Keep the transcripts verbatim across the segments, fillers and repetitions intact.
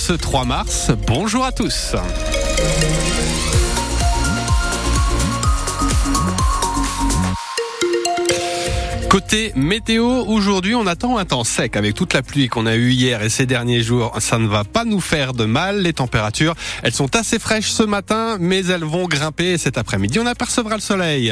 ce trois mars. Bonjour à tous. Côté météo, aujourd'hui on attend un temps sec avec toute la pluie qu'on a eue hier et ces derniers jours. Ça ne va pas nous faire de mal. Les températures, elles sont assez fraîches ce matin, mais elles vont grimper et cet après-midi on apercevra le soleil.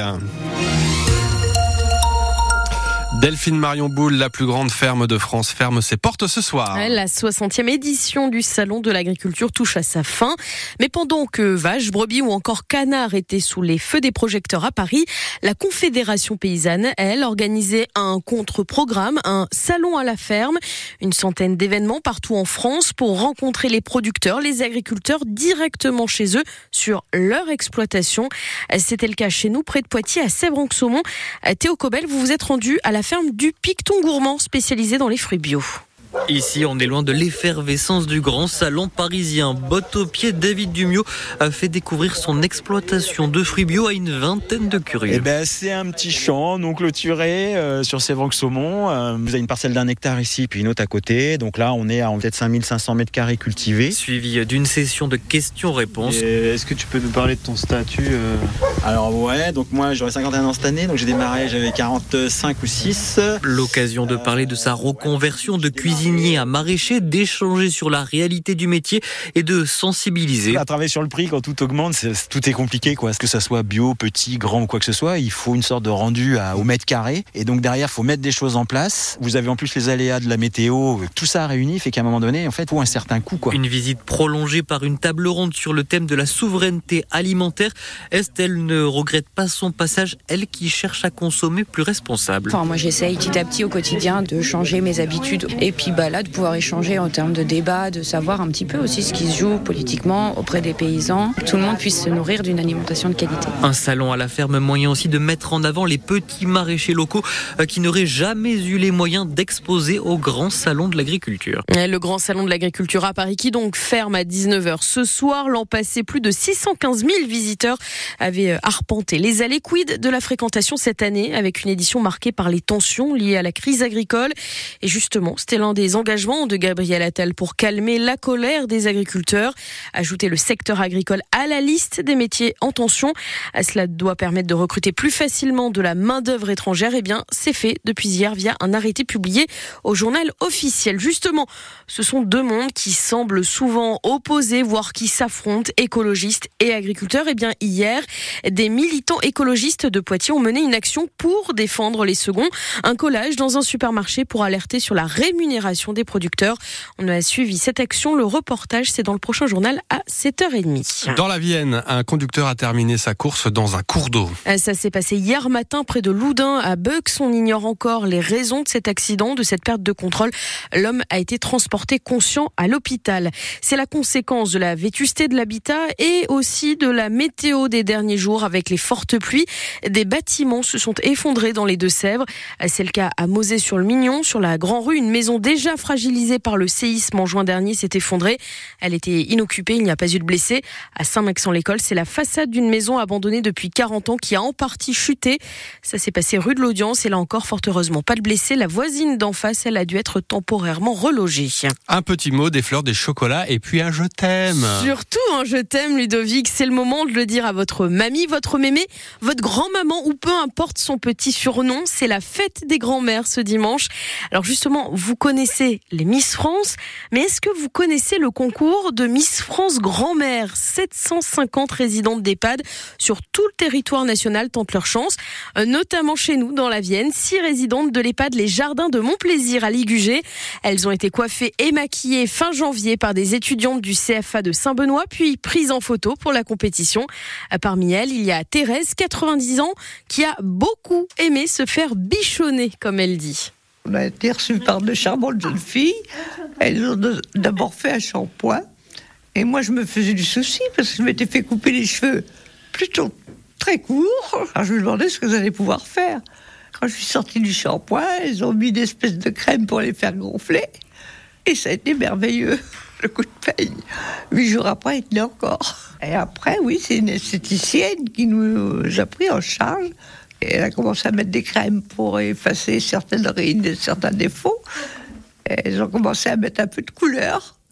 Delphine Marion Boule, la plus grande ferme de France, ferme ses portes ce soir. La soixantième édition du Salon de l'Agriculture touche à sa fin. Mais pendant que vaches, brebis ou encore canards étaient sous les feux des projecteurs à Paris, la Confédération paysanne, elle, organisait un contre-programme, un salon à la ferme. Une centaine d'événements partout en France pour rencontrer les producteurs, les agriculteurs directement chez eux sur leur exploitation. C'était le cas chez nous, près de Poitiers, à Sèvres-en-Saumon. Théo Cobel, vous vous êtes rendu à la ferme du Picton Gourmand, spécialisé dans les fruits bio. Ici, on est loin de l'effervescence du grand salon parisien. Botte aux pieds, David Dumio a fait découvrir son exploitation de fruits bio à une vingtaine de curieux. Eh ben, c'est un petit champ non clôturé euh, sur Sèvres-en-Saumon. Euh, vous avez une parcelle d'un hectare ici, puis une autre à côté. Donc là, on est à peut-être cinq mille cinq cents mètres carrés cultivés. Suivi d'une session de questions-réponses. Et est-ce que tu peux nous parler de ton statut euh... Alors ouais, donc moi j'aurai cinquante et un ans cette année, donc j'ai démarré, j'avais quarante-cinq ou six. L'occasion de parler de sa reconversion de cuisinier à maraîcher, d'échanger sur la réalité du métier et de sensibiliser. À travailler sur le prix, quand tout augmente, c'est, tout est compliqué, quoi. Que ça soit bio, petit, grand ou quoi que ce soit, il faut une sorte de rendu à, au mètre carré. Et donc derrière, il faut mettre des choses en place. Vous avez en plus les aléas de la météo, tout ça réuni fait qu'à un moment donné, en fait, il faut un certain coût, quoi. Une visite prolongée par une table ronde sur le thème de la souveraineté alimentaire. Estelle ne regrette pas son passage, elle qui cherche à consommer plus responsable. Enfin, moi, j'essaye petit à petit au quotidien de changer mes habitudes. Et puis, bah, là, de pouvoir échanger en termes de débat, de savoir un petit peu aussi ce qui se joue politiquement auprès des paysans, que tout le monde puisse se nourrir d'une alimentation de qualité. Un salon à la ferme, moyen aussi de mettre en avant les petits maraîchers locaux qui n'auraient jamais eu les moyens d'exposer au grand salon de l'agriculture. Le grand salon de l'agriculture à Paris qui donc ferme à dix-neuf heures ce soir. L'an passé, plus de six cent quinze mille visiteurs avaient arpenté les allées. Quid de la fréquentation cette année avec une édition marquée par les tensions liées à la crise agricole. Et justement, c'était l'un des engagements de Gabriel Attal pour calmer la colère des agriculteurs. Ajouter le secteur agricole à la liste des métiers en tension. Cela doit permettre de recruter plus facilement de la main-d'œuvre étrangère. Eh bien, c'est fait depuis hier via un arrêté publié au journal officiel. Justement, ce sont deux mondes qui semblent souvent opposés, voire qui s'affrontent, écologistes et agriculteurs. Eh bien, hier, des militants écologistes de Poitiers ont mené une action pour défendre les seconds. Un collage dans un supermarché pour alerter sur la rémunération des producteurs. On a suivi cette action. Le reportage, c'est dans le prochain journal à sept heures trente. Dans la Vienne, un conducteur a terminé sa course dans un cours d'eau. Ça s'est passé hier matin près de Loudun à Beux. On ignore encore les raisons de cet accident, de cette perte de contrôle. L'homme a été transporté conscient à l'hôpital. C'est la conséquence de la vétusté de l'habitat et aussi de la météo des derniers jours avec les fortes pluies. Des bâtiments se sont effondrés dans les Deux-Sèvres. C'est le cas à Mosée-sur-le-Mignon, sur la Grand-Rue. Une maison déjà fragilisée par le séisme en juin dernier s'est effondrée. Elle était inoccupée, il n'y a pas eu de blessés. À Saint-Maixent-l'École, c'est la façade d'une maison abandonnée depuis quarante ans qui a en partie chuté. Ça s'est passé rue de l'Audience et là encore, fort heureusement, pas de blessés. La voisine d'en face, elle a dû être temporairement relogée. Un petit mot, des fleurs, des chocolats et puis un je t'aime. Surtout un je t'aime, Ludovic. C'est le moment de le dire à votre mamie, votre mémé, votre grand-maman ou peu importe son petit surnom. C'est la fête des grands-mères ce dimanche. Alors justement, vous connaissez les Miss France, mais est-ce que vous connaissez le concours de Miss France Grand-mère ? sept cent cinquante résidentes d'EHPAD sur tout le territoire national tentent leur chance, notamment chez nous dans la Vienne. Six résidentes de l'EHPAD Les Jardins de Montplaisir à Ligugé. Elles ont été coiffées et maquillées fin janvier par des étudiantes du C F A de Saint-Benoît, puis prises en photo pour la compétition. Parmi elles, il y a Thérèse, quatre-vingt-dix ans, qui a beaucoup aimé se faire bichonner, comme elle dit. On a été reçus par de charmantes jeunes filles. Elles ont d'abord fait un shampoing. Et moi, je me faisais du souci parce que je m'étais fait couper les cheveux plutôt très courts. Alors, je me demandais ce que j'allais pouvoir faire. Quand je suis sortie du shampoing, elles ont mis une espèce de crème pour les faire gonfler. Et ça a été merveilleux, le coup de peigne. Huit jours après, il tenait encore. Et après, oui, c'est une esthéticienne qui nous a pris en charge. Et elle a commencé à mettre des crèmes pour effacer certaines rides et certains défauts. Et elles ont commencé à mettre un peu de couleur.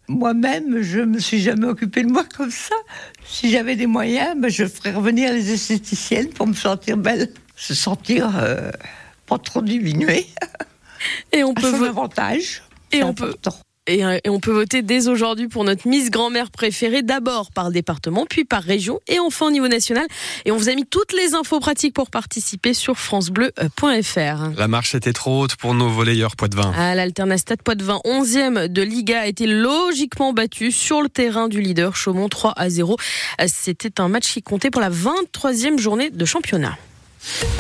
Moi-même, je me suis jamais occupée de moi comme ça. Si j'avais des moyens, ben, je ferais revenir les esthéticiennes pour me sentir belle. Se sentir euh, pas trop diminuée. Et on peut à son vo- avantage. Et C'est on peut important. Et, et on peut voter dès aujourd'hui pour notre Miss Grand-mère préférée, d'abord par département, puis par région, et enfin au niveau national. Et on vous a mis toutes les infos pratiques pour participer sur francebleu point f r. La marche était trop haute pour nos volleyeurs Poitevin. À l'Alternastade Poitevin, onzième de Liga, a été logiquement battu sur le terrain du leader Chaumont trois à zéro. C'était un match qui comptait pour la vingt-troisième journée de championnat.